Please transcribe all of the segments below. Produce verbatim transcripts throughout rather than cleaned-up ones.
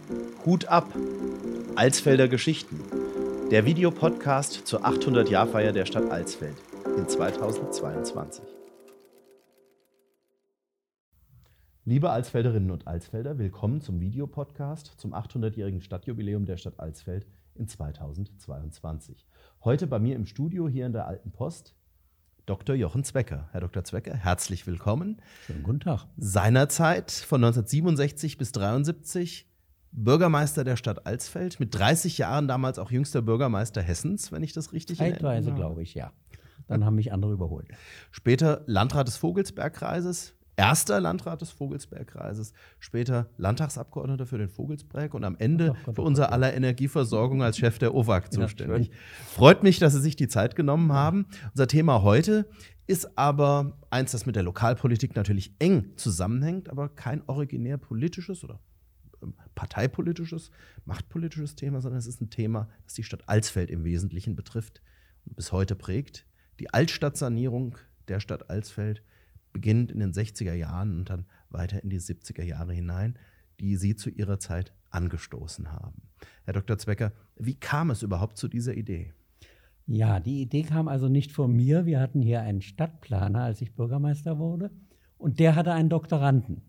Hut ab! Alsfelder Geschichten. Der Videopodcast zur achthundert-Jahr-Feier der Stadt Alsfeld in zweitausendzweiundzwanzig. Liebe Alsfelderinnen und Alsfelder, willkommen zum Videopodcast zum achthundertjährigen Stadtjubiläum der Stadt Alsfeld in zweitausendzweiundzwanzig. Heute bei mir im Studio hier in der Alten Post Doktor Jochen Zwecker. Herr Doktor Zwecker, herzlich willkommen. Schönen guten Tag. Seinerzeit von neunzehnhundertsiebenundsechzig bis dreiundsiebzig Bürgermeister der Stadt Alsfeld, mit dreißig Jahren damals auch jüngster Bürgermeister Hessens, wenn ich das richtig erinnere. Zeitweise, glaube ich, ja. Dann haben mich andere überholt. Später Landrat des Vogelsbergkreises, erster Landrat des Vogelsbergkreises, später Landtagsabgeordneter für den Vogelsberg und am Ende Gott, Gott, für unser Gott. aller Energieversorgung als Chef der O W A G zuständig. Ja, Freut mich, dass Sie sich die Zeit genommen haben. Unser Thema heute ist aber eins, das mit der Lokalpolitik natürlich eng zusammenhängt, aber kein originär politisches oder parteipolitisches, machtpolitisches Thema, sondern es ist ein Thema, das die Stadt Alsfeld im Wesentlichen betrifft und bis heute prägt. Die Altstadtsanierung der Stadt Alsfeld beginnt in den sechziger Jahren und dann weiter in die siebziger Jahre hinein, die Sie zu Ihrer Zeit angestoßen haben. Herr Doktor Zwecker, wie kam es überhaupt zu dieser Idee? Ja, die Idee kam also nicht von mir. Wir hatten hier einen Stadtplaner, als ich Bürgermeister wurde, und der hatte einen Doktoranden.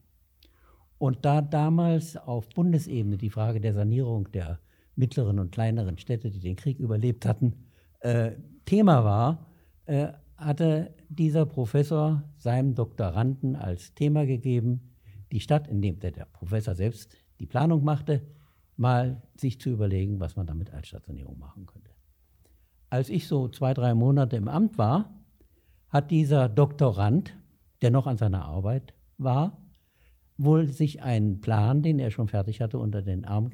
Und da damals auf Bundesebene die Frage der Sanierung der mittleren und kleineren Städte, die den Krieg überlebt hatten, äh, Thema war, äh, hatte dieser Professor seinem Doktoranden als Thema gegeben, die Stadt, in dem der, der Professor selbst die Planung machte, mal sich zu überlegen, was man da mit Altstadtsanierung machen könnte. Als ich so zwei, drei Monate im Amt war, hat dieser Doktorand, der noch an seiner Arbeit war, wohl sich einen Plan, den er schon fertig hatte, unter den Arm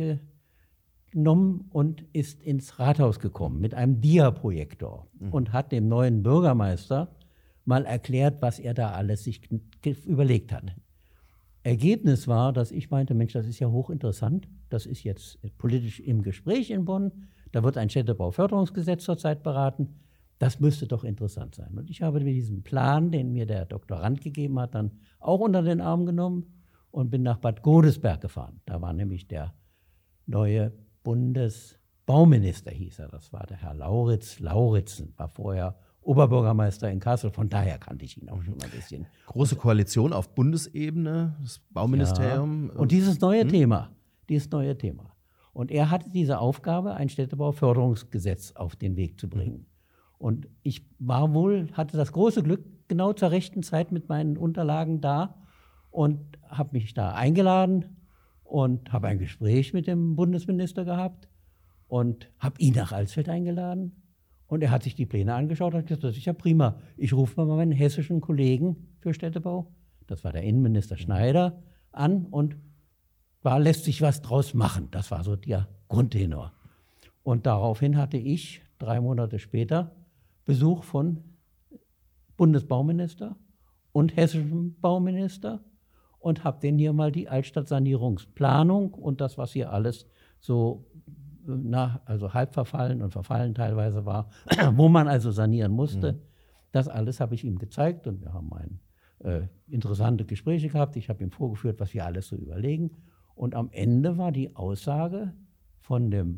genommen und ist ins Rathaus gekommen mit einem Dia-Projektor mhm. und hat dem neuen Bürgermeister mal erklärt, was er da alles sich überlegt hat. Ergebnis war, dass ich meinte, Mensch, das ist ja hochinteressant, das ist jetzt politisch im Gespräch in Bonn, da wird ein Städtebauförderungsgesetz zurzeit beraten, das müsste doch interessant sein. Und ich habe mir diesen Plan, den mir der Doktorand gegeben hat, dann auch unter den Arm genommen und bin nach Bad Godesberg gefahren. Da war nämlich der neue Bundesbauminister, hieß er. Das war der Herr Lauritz Lauritzen, war vorher Oberbürgermeister in Kassel. Von daher kannte ich ihn auch schon ein bisschen. Große Koalition auf Bundesebene, das Bauministerium. Ja. Und dieses neue hm? Thema, dieses neue Thema. Und er hatte diese Aufgabe, ein Städtebauförderungsgesetz auf den Weg zu bringen. Und ich war wohl, hatte das große Glück, genau zur rechten Zeit mit meinen Unterlagen da, und habe mich da eingeladen und habe ein Gespräch mit dem Bundesminister gehabt und habe ihn nach Alsfeld eingeladen. Und er hat sich die Pläne angeschaut und hat gesagt, das ist ja prima. Ich rufe mal meinen hessischen Kollegen für Städtebau, das war der Innenminister Schneider, an und da lässt sich was draus machen. Das war so der Grundtenor. Und daraufhin hatte ich drei Monate später Besuch von Bundesbauminister und hessischem Bauminister und habe denen hier mal die Altstadtsanierungsplanung und das, was hier alles so na, also halb verfallen und verfallen teilweise war, wo man also sanieren musste, mhm. das alles habe ich ihm gezeigt und wir haben ein, äh, interessante Gespräche gehabt. Ich habe ihm vorgeführt, was wir alles so überlegen. Und am Ende war die Aussage von dem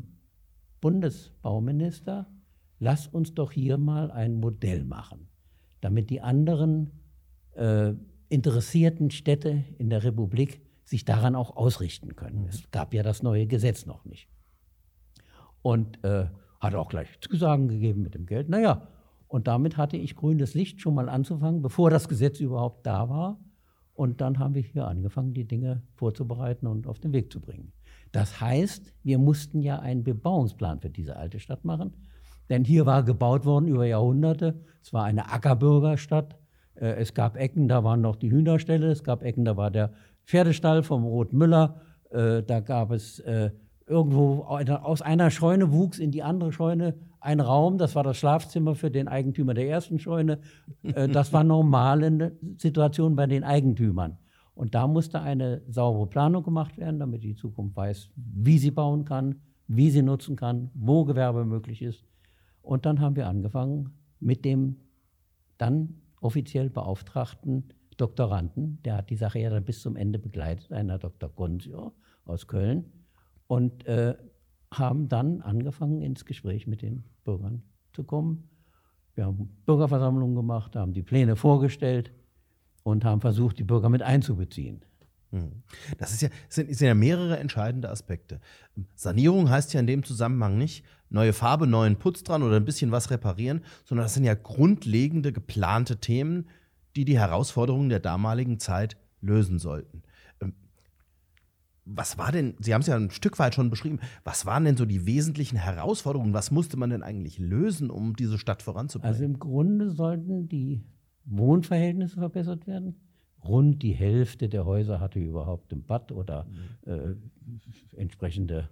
Bundesbauminister, lass uns doch hier mal ein Modell machen, damit die anderen äh, interessierten Städte in der Republik sich daran auch ausrichten können. Mhm. Es gab ja das neue Gesetz noch nicht. Und äh, hat auch gleich Zusagen gegeben mit dem Geld. Naja, und damit hatte ich grünes Licht, schon mal anzufangen, bevor das Gesetz überhaupt da war. Und dann haben wir hier angefangen, die Dinge vorzubereiten und auf den Weg zu bringen. Das heißt, wir mussten ja einen Bebauungsplan für diese alte Stadt machen. Denn hier war gebaut worden über Jahrhunderte. Es war eine Ackerbürgerstadt. Es gab Ecken, da waren noch die Hühnerställe. Es gab Ecken, da war der Pferdestall vom Roth Müller. Da gab es irgendwo, aus einer Scheune wuchs in die andere Scheune ein Raum. Das war das Schlafzimmer für den Eigentümer der ersten Scheune. Das war normale Situation bei den Eigentümern. Und da musste eine saubere Planung gemacht werden, damit die Zukunft weiß, wie sie bauen kann, wie sie nutzen kann, wo Gewerbe möglich ist. Und dann haben wir angefangen mit dem dann offiziell beauftragten Doktoranden, der hat die Sache ja dann bis zum Ende begleitet, einer Doktor Gonzio aus Köln. und äh, haben dann angefangen, ins Gespräch mit den Bürgern zu kommen. Wir haben Bürgerversammlungen gemacht, haben die Pläne vorgestellt und haben versucht, die Bürger mit einzubeziehen. Das ist ja, sind, sind ja mehrere entscheidende Aspekte. Sanierung heißt ja in dem Zusammenhang nicht neue Farbe, neuen Putz dran oder ein bisschen was reparieren, sondern das sind ja grundlegende, geplante Themen, die die Herausforderungen der damaligen Zeit lösen sollten. Was war denn, Sie haben es ja ein Stück weit schon beschrieben, was waren denn so die wesentlichen Herausforderungen? Was musste man denn eigentlich lösen, um diese Stadt voranzubringen? Also im Grunde sollten die Wohnverhältnisse verbessert werden. Rund die Hälfte der Häuser hatte überhaupt ein Bad oder äh, entsprechende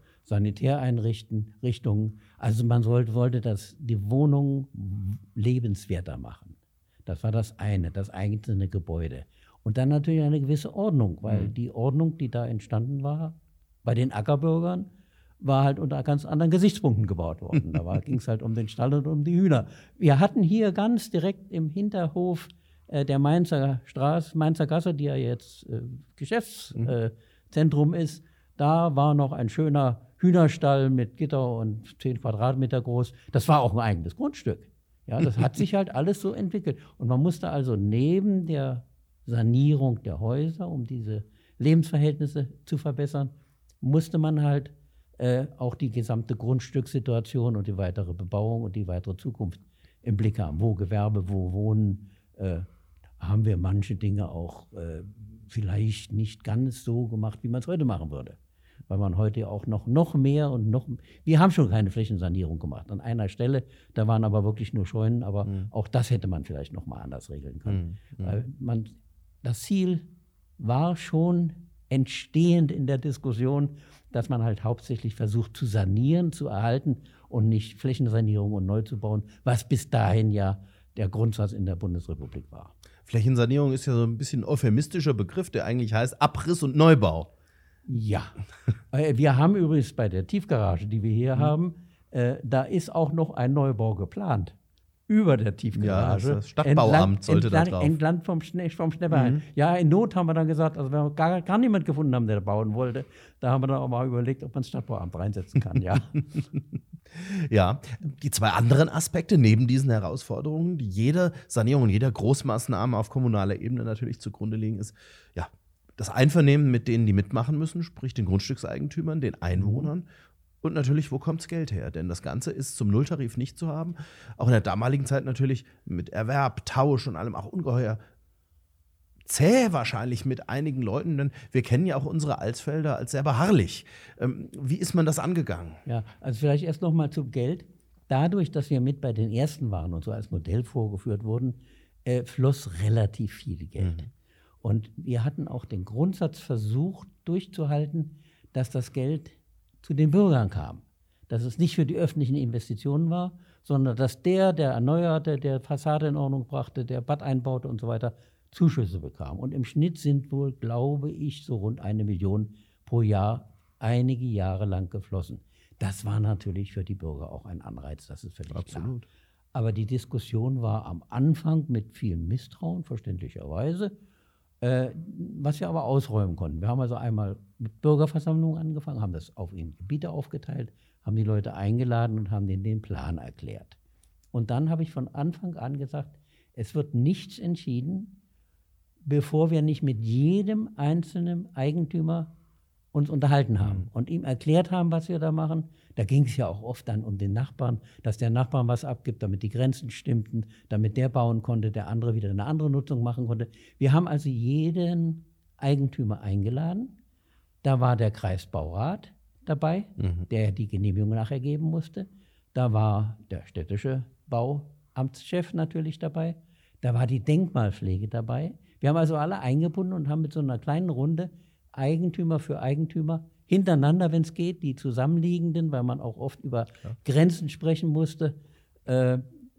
Sanitäreinrichtungen. Also man sollte, wollte das, die Wohnungen lebenswerter machen. Das war das eine, das einzelne Gebäude. Und dann natürlich eine gewisse Ordnung, weil mhm. die Ordnung, die da entstanden war, bei den Ackerbürgern, war halt unter ganz anderen Gesichtspunkten gebaut worden. Da ging es halt um den Stall und um die Hühner. Wir hatten hier ganz direkt im Hinterhof der Mainzer Straße, Mainzer Gasse, die ja jetzt äh, Geschäftszentrum mhm. äh, ist, da war noch ein schöner Hühnerstall mit Gitter und zehn Quadratmeter groß. Das war auch ein eigenes Grundstück. Ja, das hat sich halt alles so entwickelt. Und man musste also neben der Sanierung der Häuser, um diese Lebensverhältnisse zu verbessern, musste man halt äh, auch die gesamte Grundstückssituation und die weitere Bebauung und die weitere Zukunft im Blick haben. Wo Gewerbe, wo Wohnen, äh, haben wir manche Dinge auch äh, vielleicht nicht ganz so gemacht, wie man es heute machen würde. Weil man heute auch noch, noch mehr und noch, wir haben schon keine Flächensanierung gemacht. An einer Stelle, da waren aber wirklich nur Scheunen, aber mhm. auch das hätte man vielleicht noch mal anders regeln können. Mhm. Weil man, das Ziel war schon entstehend in der Diskussion, dass man halt hauptsächlich versucht zu sanieren, zu erhalten und nicht Flächensanierung und neu zu bauen, was bis dahin ja der Grundsatz in der Bundesrepublik war. Flächensanierung ist ja so ein bisschen ein euphemistischer Begriff, der eigentlich heißt Abriss und Neubau. Ja. Wir haben übrigens bei der Tiefgarage, die wir hier mhm. haben, äh, da ist auch noch ein Neubau geplant. Über der Tiefgarage. Ja, das Stadtbauamt entlang, sollte entlang, da drauf. Entlang vom, Schne vom Schnepperhain. Mhm. Ja, in Not haben wir dann gesagt, also wenn wir gar, gar niemand gefunden haben, der bauen wollte, da haben wir dann auch mal überlegt, ob man das Stadtbauamt reinsetzen kann. Ja. Ja, die zwei anderen Aspekte neben diesen Herausforderungen, die jeder Sanierung und jeder Großmaßnahme auf kommunaler Ebene natürlich zugrunde liegen, ist ja das Einvernehmen mit denen, die mitmachen müssen, sprich den Grundstückseigentümern, den Einwohnern. Mhm. Und natürlich, wo kommt das Geld her? Denn das Ganze ist zum Nulltarif nicht zu haben. Auch in der damaligen Zeit natürlich mit Erwerb, Tausch und allem auch ungeheuer zäh wahrscheinlich mit einigen Leuten, denn wir kennen ja auch unsere Alsfelder als sehr beharrlich. Ähm, wie ist man das angegangen? Ja, also vielleicht erst noch mal zum Geld. Dadurch, dass wir mit bei den Ersten waren und so als Modell vorgeführt wurden, äh, floss relativ viel Geld. Mhm. Und wir hatten auch den Grundsatz versucht durchzuhalten, dass das Geld zu den Bürgern kam. Dass es nicht für die öffentlichen Investitionen war, sondern dass der, der erneuerte, der Fassade in Ordnung brachte, der Bad einbaute und so weiter, Zuschüsse bekam. Und im Schnitt sind wohl, glaube ich, so rund eine Million pro Jahr einige Jahre lang geflossen. Das war natürlich für die Bürger auch ein Anreiz, das ist völlig Absolut. klar. Aber die Diskussion war am Anfang mit viel Misstrauen, verständlicherweise, äh, was wir aber ausräumen konnten. Wir haben also einmal mit Bürgerversammlungen angefangen, haben das auf in Gebiete aufgeteilt, haben die Leute eingeladen und haben denen den Plan erklärt. Und dann habe ich von Anfang an gesagt, es wird nichts entschieden, bevor wir nicht mit jedem einzelnen Eigentümer uns unterhalten haben mhm. und ihm erklärt haben, was wir da machen. Da ging es ja auch oft dann um den Nachbarn, dass der Nachbarn was abgibt, damit die Grenzen stimmten, damit der bauen konnte, der andere wieder eine andere Nutzung machen konnte. Wir haben also jeden Eigentümer eingeladen. Da war der Kreisbaurat dabei, mhm. der die Genehmigung nachher geben musste. Da war der städtische Bauamtschef natürlich dabei. Da war die Denkmalpflege dabei. Wir haben also alle eingebunden und haben mit so einer kleinen Runde Eigentümer für Eigentümer hintereinander, wenn es geht, die zusammenliegenden, weil man auch oft über Klar. Grenzen sprechen musste, äh,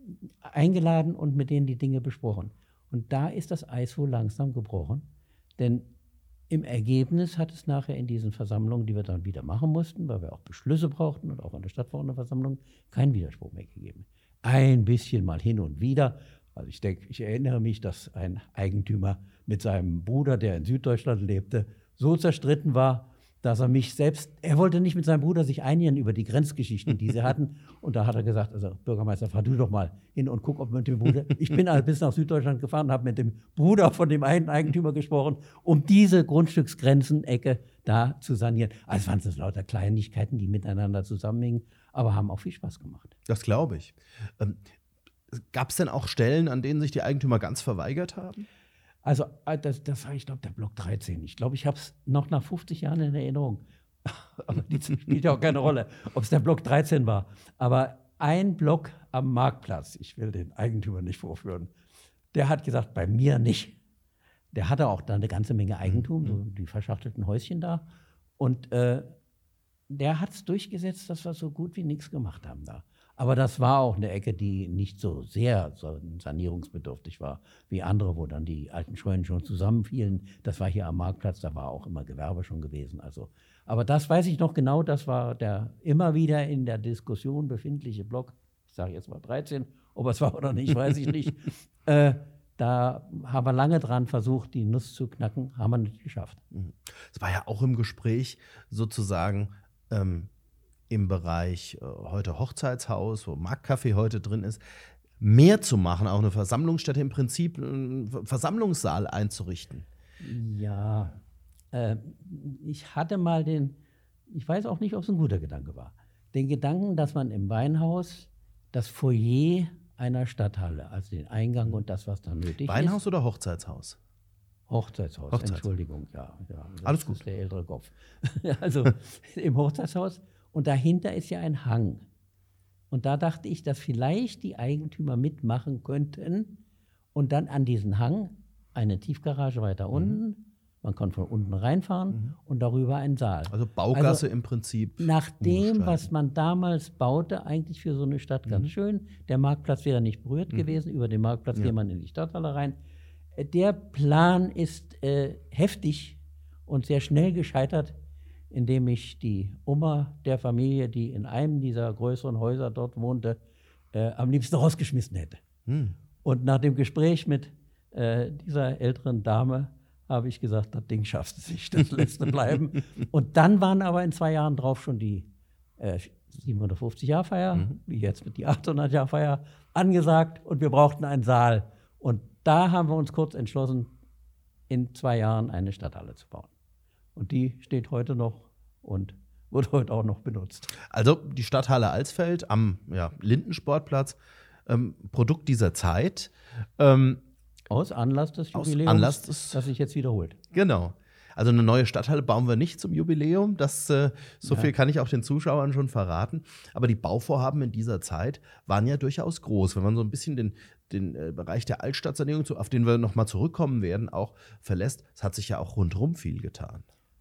eingeladen und mit denen die Dinge besprochen. Und da ist das Eis wohl langsam gebrochen, denn im Ergebnis hat es nachher in diesen Versammlungen, die wir dann wieder machen mussten, weil wir auch Beschlüsse brauchten und auch in der Stadtverordnetenversammlung, keinen Widerspruch mehr gegeben. Ein bisschen mal hin und wieder. Also ich denke, ich erinnere mich, dass ein Eigentümer mit seinem Bruder, der in Süddeutschland lebte, so zerstritten war, dass er mich selbst, er wollte nicht mit seinem Bruder sich einigen über die Grenzgeschichten, die sie hatten. Und da hat er gesagt, also Bürgermeister, fahr du doch mal hin und guck, ob mit dem Bruder, ich bin also bis nach Süddeutschland gefahren und habe mit dem Bruder von dem einen Eigentümer gesprochen, um diese Grundstücksgrenzenecke da zu sanieren. Also es waren so lauter Kleinigkeiten, die miteinander zusammenhängen, aber haben auch viel Spaß gemacht. Das glaube ich. Ähm, Gab es denn auch Stellen, an denen sich die Eigentümer ganz verweigert haben? Also das, das war, ich glaube, der Block dreizehn. Ich glaube, ich habe es noch nach fünfzig Jahren in Erinnerung. Aber die spielt ja auch keine Rolle, ob es der Block dreizehn war. Aber ein Block am Marktplatz, ich will den Eigentümer nicht vorführen, der hat gesagt, bei mir nicht. Der hatte auch da eine ganze Menge Eigentum, mhm. so die verschachtelten Häuschen da. Und äh, der hat es durchgesetzt, dass wir so gut wie nichts gemacht haben da. Aber das war auch eine Ecke, die nicht so sehr so sanierungsbedürftig war wie andere, wo dann die alten Scheunen schon zusammenfielen. Das war hier am Marktplatz, da war auch immer Gewerbe schon gewesen. Also, aber das weiß ich noch genau, das war der immer wieder in der Diskussion befindliche Block, ich sage jetzt mal dreizehn, ob es war oder nicht, weiß ich nicht. äh, da haben wir lange dran versucht, die Nuss zu knacken, haben wir nicht geschafft. Es war ja auch im Gespräch sozusagen, ähm im Bereich äh, heute Hochzeitshaus, wo Marktcafé heute drin ist, mehr zu machen, auch eine Versammlungsstätte, im Prinzip einen Versammlungssaal einzurichten. Ja, äh, ich hatte mal den, ich weiß auch nicht, ob es ein guter Gedanke war, den Gedanken, dass man im Weinhaus das Foyer einer Stadthalle, also den Eingang und das, was da nötig Weinhaus ist. Weinhaus oder Hochzeitshaus? Hochzeitshaus, Hochzeitshaus. Entschuldigung, ja. ja Alles gut. Das ist der ältere Kopf. Also im Hochzeitshaus. Und dahinter ist ja ein Hang. Und da dachte ich, dass vielleicht die Eigentümer mitmachen könnten und dann an diesen Hang eine Tiefgarage weiter unten, mhm. man kann von unten reinfahren mhm. und darüber einen Saal. Also Baugasse also im Prinzip. Nach dem, was man damals baute, eigentlich für so eine Stadt mhm. ganz schön. Der Marktplatz wäre nicht berührt mhm. gewesen, über den Marktplatz ja. geht man in die Stadthalle rein. Der Plan ist äh, heftig und sehr schnell gescheitert, indem ich die Oma der Familie, die in einem dieser größeren Häuser dort wohnte, äh, am liebsten rausgeschmissen hätte. Hm. Und nach dem Gespräch mit äh, dieser älteren Dame habe ich gesagt, das Ding schafft es nicht, das lässt bleiben. Und dann waren aber in zwei Jahren drauf schon die äh, siebenhundertfünfzig-Jahr-Feier, mhm. wie jetzt mit die achthundert-Jahr-Feier, angesagt und wir brauchten einen Saal. Und da haben wir uns kurz entschlossen, in zwei Jahren eine Stadthalle zu bauen. Und die steht heute noch und wird heute auch noch benutzt. Also die Stadthalle Alsfeld am ja, Lindensportplatz, ähm, Produkt dieser Zeit. Ähm, aus Anlass des Jubiläums, Anlass des, das sich jetzt wiederholt. Genau. Also eine neue Stadthalle bauen wir nicht zum Jubiläum. Das, äh, so ja. viel kann ich auch den Zuschauern schon verraten. Aber die Bauvorhaben in dieser Zeit waren ja durchaus groß. Wenn man so ein bisschen den, den äh, Bereich der Altstadtsanierung, auf den wir nochmal zurückkommen werden, auch verlässt, es hat sich ja auch rundherum viel getan.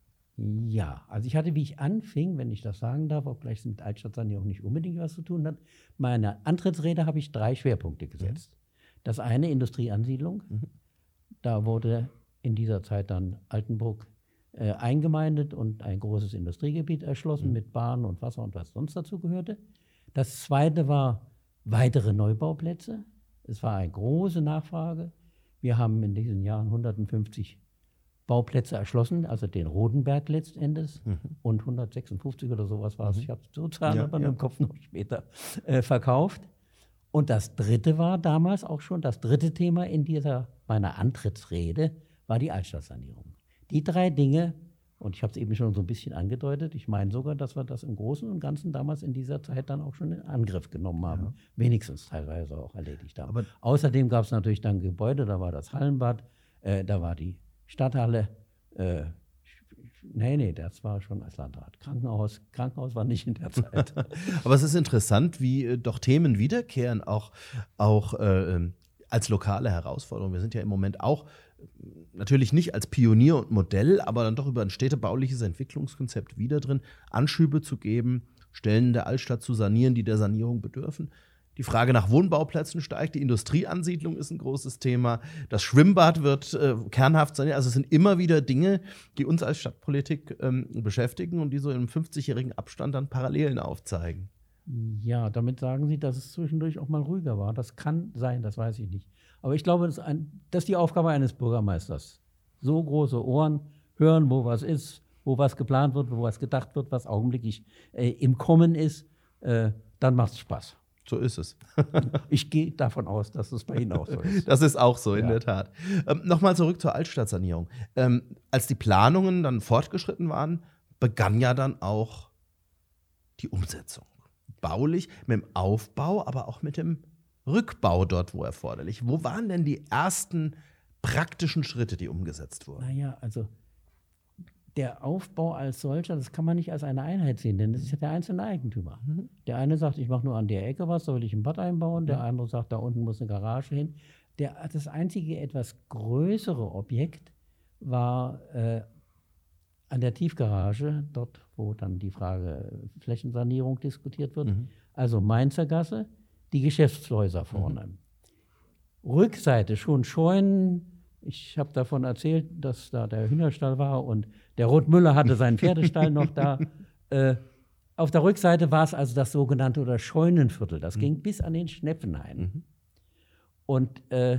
Ja, also ich hatte, wie ich anfing, wenn ich das sagen darf, obgleich es mit Altstadtsanierung nicht unbedingt was zu tun hat, meine Antrittsrede habe ich drei Schwerpunkte gesetzt. Mhm. Das eine, Industrieansiedlung. Mhm. Da wurde in dieser Zeit dann Altenburg äh, eingemeindet und ein großes Industriegebiet erschlossen mhm. mit Bahn und Wasser und was sonst dazu gehörte. Das zweite war weitere Neubauplätze. Es war eine große Nachfrage. Wir haben in diesen Jahren hundertfünfzig Bauplätze erschlossen, also den Rodenberg letztendlich mhm. und hundertsechsundfünfzig oder sowas war es. Mhm. Ich habe es so Zahlen ja, aber ja. im Kopf noch später äh, verkauft. Und das dritte war damals auch schon, das dritte Thema in dieser meiner Antrittsrede war die Altstadtsanierung. Die drei Dinge, und ich habe es eben schon so ein bisschen angedeutet, ich meine sogar, dass wir das im Großen und Ganzen damals in dieser Zeit dann auch schon in Angriff genommen haben, ja. wenigstens teilweise auch erledigt haben. Aber außerdem gab es natürlich dann Gebäude, da war das Hallenbad, äh, da war die Stadthalle, äh, nee, nee, das war schon als Landrat. Krankenhaus, Krankenhaus war nicht in der Zeit. Aber es ist interessant, wie äh, doch Themen wiederkehren, auch, auch äh, als lokale Herausforderung. Wir sind ja im Moment auch natürlich nicht als Pionier und Modell, aber dann doch über ein städtebauliches Entwicklungskonzept wieder drin, Anschübe zu geben, Stellen der Altstadt zu sanieren, die der Sanierung bedürfen. Die Frage nach Wohnbauplätzen steigt, die Industrieansiedlung ist ein großes Thema, das Schwimmbad wird äh, kernhaft saniert. Also es sind immer wieder Dinge, die uns als Stadtpolitik ähm, beschäftigen und die so im fünfzigjährigen Abstand dann Parallelen aufzeigen. Ja, damit sagen Sie, dass es zwischendurch auch mal ruhiger war. Das kann sein, das weiß ich nicht. Aber ich glaube, das ist, ein, das ist die Aufgabe eines Bürgermeisters. So große Ohren, hören, wo was ist, wo was geplant wird, wo was gedacht wird, was augenblicklich äh, im Kommen ist, äh, dann macht es Spaß. So ist es. Ich gehe davon aus, dass es bei Ihnen auch so ist. Das ist auch so, in Ja. der Tat. Ähm, Nochmal zurück zur Altstadtsanierung. Ähm, als die Planungen dann fortgeschritten waren, begann ja dann auch die Umsetzung. Baulich, mit dem Aufbau, aber auch mit dem Rückbau dort, wo erforderlich. Wo waren denn die ersten praktischen Schritte, die umgesetzt wurden? Naja, also der Aufbau als solcher, das kann man nicht als eine Einheit sehen, denn das ist ja der einzelne Eigentümer. Mhm. Der eine sagt, ich mache nur an der Ecke was, da will ich ein Bad einbauen. Der andere sagt, da unten muss eine Garage hin. Der, das einzige etwas größere Objekt war äh, an der Tiefgarage, dort, wo dann die Frage Flächensanierung diskutiert wird. Mhm. Also Mainzer Gasse, die Geschäftshäuser vorne. Mhm. Rückseite schon Scheunen. Ich habe davon erzählt, dass da der Hühnerstall war und der Rothmüller hatte seinen Pferdestall noch da. Äh, auf der Rückseite war es also das sogenannte oder Scheunenviertel. Das mhm. ging bis an den Schnepfenhain. Mhm. Und äh,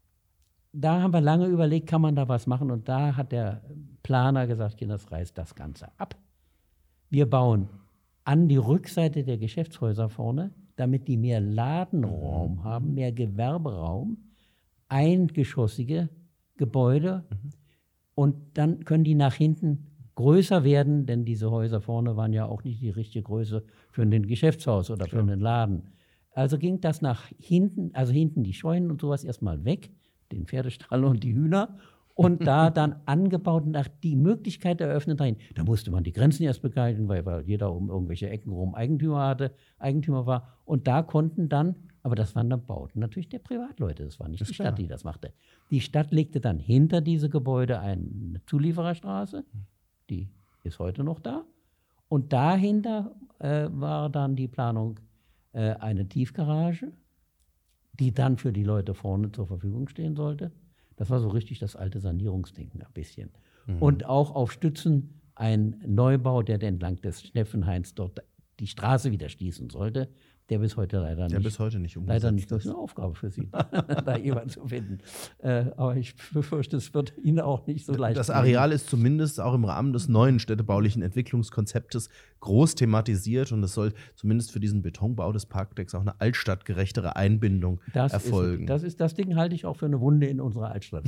da haben wir lange überlegt, kann man da was machen? Und da hat der Planer gesagt, Kinders, reißt das Ganze ab. Wir bauen an die Rückseite der Geschäftshäuser vorne, damit die mehr Ladenraum mhm. haben, mehr Gewerberaum, eingeschossige Gebäude. Mhm. Und dann können die nach hinten größer werden, denn diese Häuser vorne waren ja auch nicht die richtige Größe für ein Geschäftshaus oder für einen Laden. Also ging das nach hinten, also hinten die Scheunen und sowas erstmal weg, den Pferdestall und die Hühner, und da dann angebaut und die Möglichkeit eröffnet dahin. Da musste man die Grenzen erst begleichen, weil, weil jeder um irgendwelche Ecken rum Eigentümer hatte, Eigentümer war. Und da konnten dann, aber das waren dann Bauten natürlich der Privatleute, das war nicht das die Stadt, klar. die das machte. Die Stadt legte dann hinter diese Gebäude eine Zuliefererstraße, die ist heute noch da. Und dahinter äh, war dann die Planung äh, eine Tiefgarage, die dann für die Leute vorne zur Verfügung stehen sollte. Das war so richtig das alte Sanierungsdenken ein bisschen. Mhm. Und auch auf Stützen ein Neubau, der entlang des Schnepfenhains dort die Straße wieder schließen sollte, der bis heute leider der nicht, bis heute nicht umgesetzt leider nicht, das ist. ist eine Aufgabe für Sie, da jemanden zu finden. Äh, aber ich befürchte, es wird Ihnen auch nicht so leicht. Das Areal ist zumindest auch im Rahmen des neuen städtebaulichen Entwicklungskonzeptes groß thematisiert und es soll zumindest für diesen Betonbau des Parkdecks auch eine altstadtgerechtere Einbindung das erfolgen. Ist, das, ist, das Ding halte ich auch für eine Wunde in unserer Altstadt,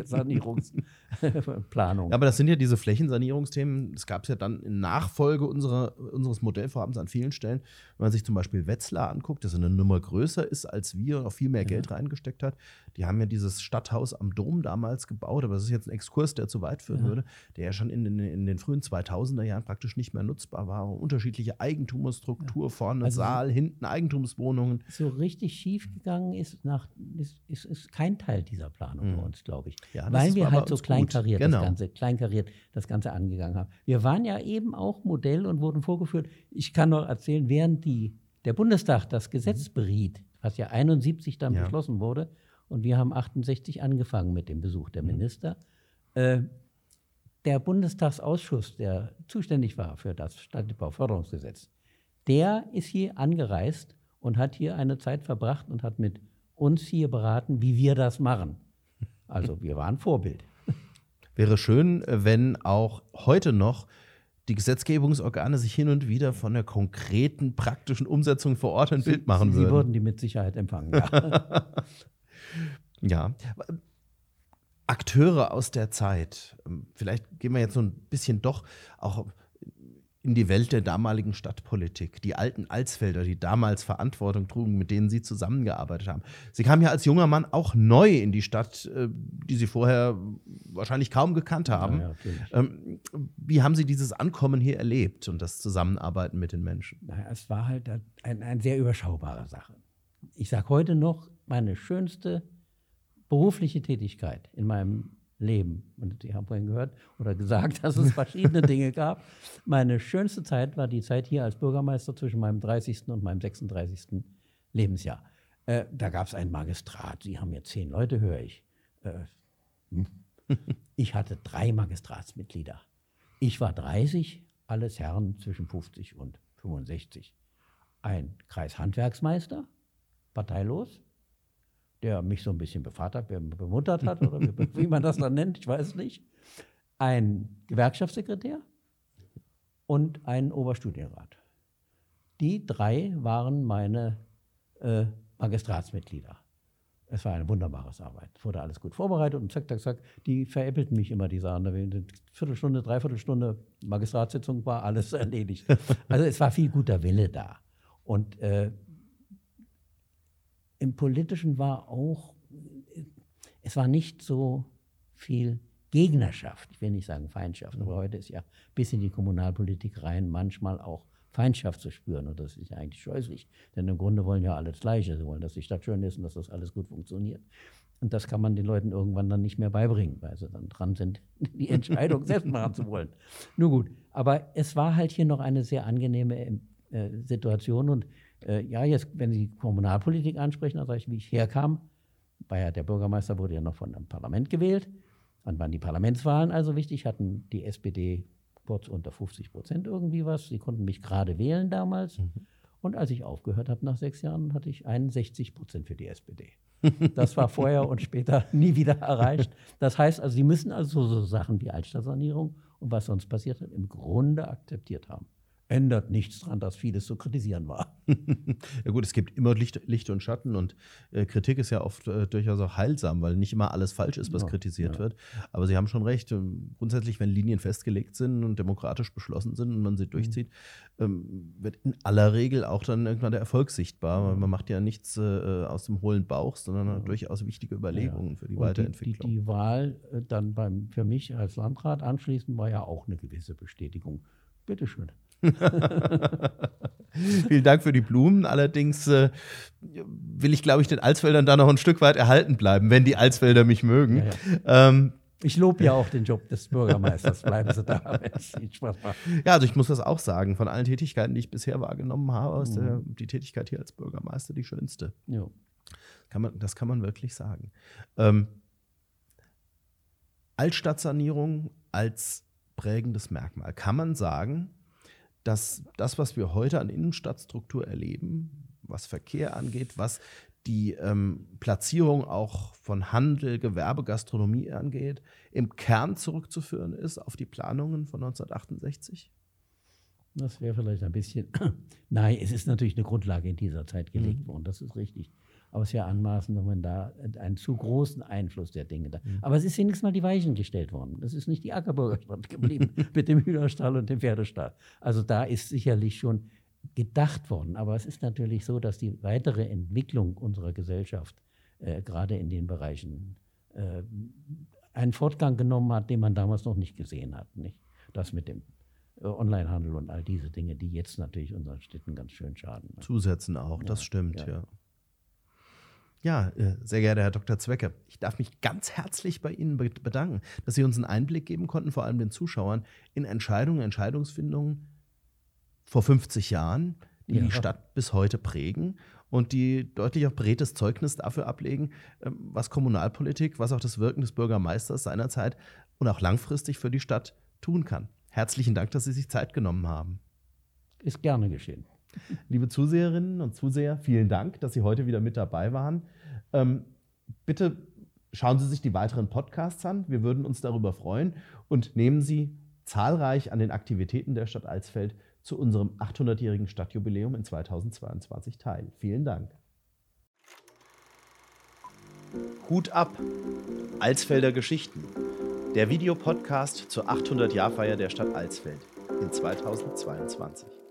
Sanierungsplanung. Ja, aber das sind ja diese Flächensanierungsthemen. Es gab es ja dann in Nachfolge unserer, unseres Modellvorhabens an vielen Stellen. Wenn man sich zum Beispiel Wetzlar anguckt, das eine Nummer größer ist als wir und auch viel mehr Geld ja. reingesteckt hat. Die haben ja dieses Stadthaus am Dom damals gebaut, aber das ist jetzt ein Exkurs, der zu weit führen ja. würde, der ja schon in, in, in den frühen zweitausender Jahren praktisch nicht mehr nutzbar war. Unterschiedliche Eigentumsstruktur, ja. vorne also Saal, so hinten Eigentumswohnungen. So richtig schief gegangen ist, nach, ist, ist, ist kein Teil dieser Planung mhm. bei uns, glaube ich. Ja, weil wir halt so kleinkariert, genau. das Ganze, kleinkariert das Ganze angegangen haben. Wir waren ja eben auch Modell und wurden vorgeführt. Ich kann noch erzählen, während die, der Bundestag das Gesetz mhm. beriet, was ja einundsiebzig dann ja. beschlossen wurde, und wir haben achtundsechzig angefangen mit dem Besuch der Minister, mhm. äh, der Bundestagsausschuss, der zuständig war für das Städtebauförderungsgesetz, der ist hier angereist und hat hier eine Zeit verbracht und hat mit uns hier beraten, wie wir das machen. Also wir waren Vorbild. Wäre schön, wenn auch heute noch die Gesetzgebungsorgane sich hin und wieder von der konkreten, praktischen Umsetzung vor Ort ein Sie, Bild machen Sie, würden. Sie würden die mit Sicherheit empfangen, ja. Ja. Akteure aus der Zeit. Vielleicht gehen wir jetzt so ein bisschen doch auch in die Welt der damaligen Stadtpolitik. Die alten Alsfelder, die damals Verantwortung trugen, mit denen Sie zusammengearbeitet haben. Sie kamen ja als junger Mann auch neu in die Stadt, die Sie vorher wahrscheinlich kaum gekannt haben. Ja, ja, wie haben Sie dieses Ankommen hier erlebt und das Zusammenarbeiten mit den Menschen? Naja, es war halt eine ein sehr überschaubare Sache. Ich sage heute noch, meine schönste berufliche Tätigkeit in meinem Leben, und Sie haben vorhin gehört oder gesagt, dass es verschiedene Dinge gab. Meine schönste Zeit war die Zeit hier als Bürgermeister zwischen meinem dreißigsten und meinem sechsunddreißigsten Lebensjahr. Äh, da gab es einen Magistrat. Sie haben jetzt zehn Leute, höre ich. Äh, hm. Ich hatte drei Magistratsmitglieder. Ich war dreißig, alles Herren zwischen fünfzig und fünfundsechzig. Ein Kreishandwerksmeister, parteilos, der mich so ein bisschen bevatert, bemuttert hat, oder wie, wie man das dann nennt, ich weiß es nicht. Ein Gewerkschaftssekretär, und einen Oberstudienrat. Die drei waren meine äh, Magistratsmitglieder. Es war eine wunderbare Arbeit. Es wurde alles gut vorbereitet und zack, zack, zack. Die veräppelten mich immer, die sahen, eine Viertelstunde, Dreiviertelstunde Magistratssitzung war alles erledigt. Also es war viel guter Wille da. Und äh, im Politischen war auch, es war nicht so viel Gegnerschaft. Ich will nicht sagen Feindschaft, aber heute ist ja bis in die Kommunalpolitik rein manchmal auch Feindschaft zu spüren. Und das ist ja eigentlich scheußlich. Denn im Grunde wollen ja alle das Gleiche. Sie wollen, dass die Stadt schön ist und dass das alles gut funktioniert. Und das kann man den Leuten irgendwann dann nicht mehr beibringen, weil sie dann dran sind, die Entscheidung selbst machen zu wollen. Nur gut, aber es war halt hier noch eine sehr angenehme äh, Situation. Und äh, ja, jetzt, wenn Sie die Kommunalpolitik ansprechen, dann sage ich, wie ich herkam, war ja, der Bürgermeister wurde ja noch von einem Parlament gewählt. Dann waren die Parlamentswahlen also wichtig, hatten die S P D kurz unter fünfzig Prozent irgendwie was. Sie konnten mich gerade wählen damals. Mhm. Und als ich aufgehört habe nach sechs Jahren, hatte ich einundsechzig Prozent für die S P D. Das war vorher und später nie wieder erreicht. Das heißt also, Sie müssen also so Sachen wie Altstadtsanierung und was sonst passiert hat, im Grunde akzeptiert haben. Ändert nichts daran, dass vieles zu kritisieren war. Ja gut, es gibt immer Licht, Licht und Schatten und äh, Kritik ist ja oft äh, durchaus auch heilsam, weil nicht immer alles falsch ist, was ja, kritisiert ja. wird. Aber Sie haben schon recht, grundsätzlich, wenn Linien festgelegt sind und demokratisch beschlossen sind und man sie durchzieht, mhm. ähm, wird in aller Regel auch dann irgendwann der Erfolg sichtbar. Mhm. Man macht ja nichts äh, aus dem hohlen Bauch, sondern mhm. hat durchaus wichtige Überlegungen ja. für die und Weiterentwicklung. Die, die, die Wahl äh, dann beim, für mich als Landrat anschließend war ja auch eine gewisse Bestätigung. Bitteschön. Vielen Dank für die Blumen. Allerdings äh, will ich, glaube ich, den Alsfeldern da noch ein Stück weit erhalten bleiben, wenn die Alsfelder mich mögen. Ja, ja. Ähm, ich lobe ja auch den Job des Bürgermeisters. Bleiben Sie da, wenn es Ihnen Spaß macht. Ja, also ich muss das auch sagen. Von allen Tätigkeiten, die ich bisher wahrgenommen habe, ist der, die Tätigkeit hier als Bürgermeister die schönste. Ja. Kann man, das kann man wirklich sagen. Ähm, Altstadtsanierung als prägendes Merkmal. Kann man sagen, dass das, was wir heute an Innenstadtstruktur erleben, was Verkehr angeht, was die ähm, Platzierung auch von Handel, Gewerbe, Gastronomie angeht, im Kern zurückzuführen ist auf die Planungen von neunzehnhundertachtundsechzig? Das wäre vielleicht ein bisschen, nein, es ist natürlich eine Grundlage in dieser Zeit gelegt mhm. worden, das ist richtig. Aber es ist ja anmaßend, wenn man da einen zu großen Einfluss der Dinge da. Mhm. Aber es ist wenigstens mal die Weichen gestellt worden. Es ist nicht die Ackerburger Stadt geblieben mit dem Hühnerstall und dem Pferdestall. Also da ist sicherlich schon gedacht worden. Aber es ist natürlich so, dass die weitere Entwicklung unserer Gesellschaft äh, gerade in den Bereichen äh, einen Fortgang genommen hat, den man damals noch nicht gesehen hat. Nicht? Das mit dem äh, Onlinehandel und all diese Dinge, die jetzt natürlich unseren Städten ganz schön schaden. Ne? Zusätzen auch, ja, das stimmt, ja. ja. Ja, sehr geehrter Herr Doktor Zwecke, ich darf mich ganz herzlich bei Ihnen bedanken, dass Sie uns einen Einblick geben konnten, vor allem den Zuschauern, in Entscheidungen, Entscheidungsfindungen vor fünfzig Jahren, die ja. die Stadt bis heute prägen und die deutlich auch beredtes Zeugnis dafür ablegen, was Kommunalpolitik, was auch das Wirken des Bürgermeisters seinerzeit und auch langfristig für die Stadt tun kann. Herzlichen Dank, dass Sie sich Zeit genommen haben. Ist gerne geschehen. Liebe Zuseherinnen und Zuseher, vielen Dank, dass Sie heute wieder mit dabei waren. Ähm, bitte schauen Sie sich die weiteren Podcasts an. Wir würden uns darüber freuen und nehmen Sie zahlreich an den Aktivitäten der Stadt Alsfeld zu unserem achthundertjährigen Stadtjubiläum in zweitausendzweiundzwanzig teil. Vielen Dank. Hut ab! Alsfelder Geschichten. Der Videopodcast zur achthundert-Jahr-Feier der Stadt Alsfeld in zweitausendzweiundzwanzig.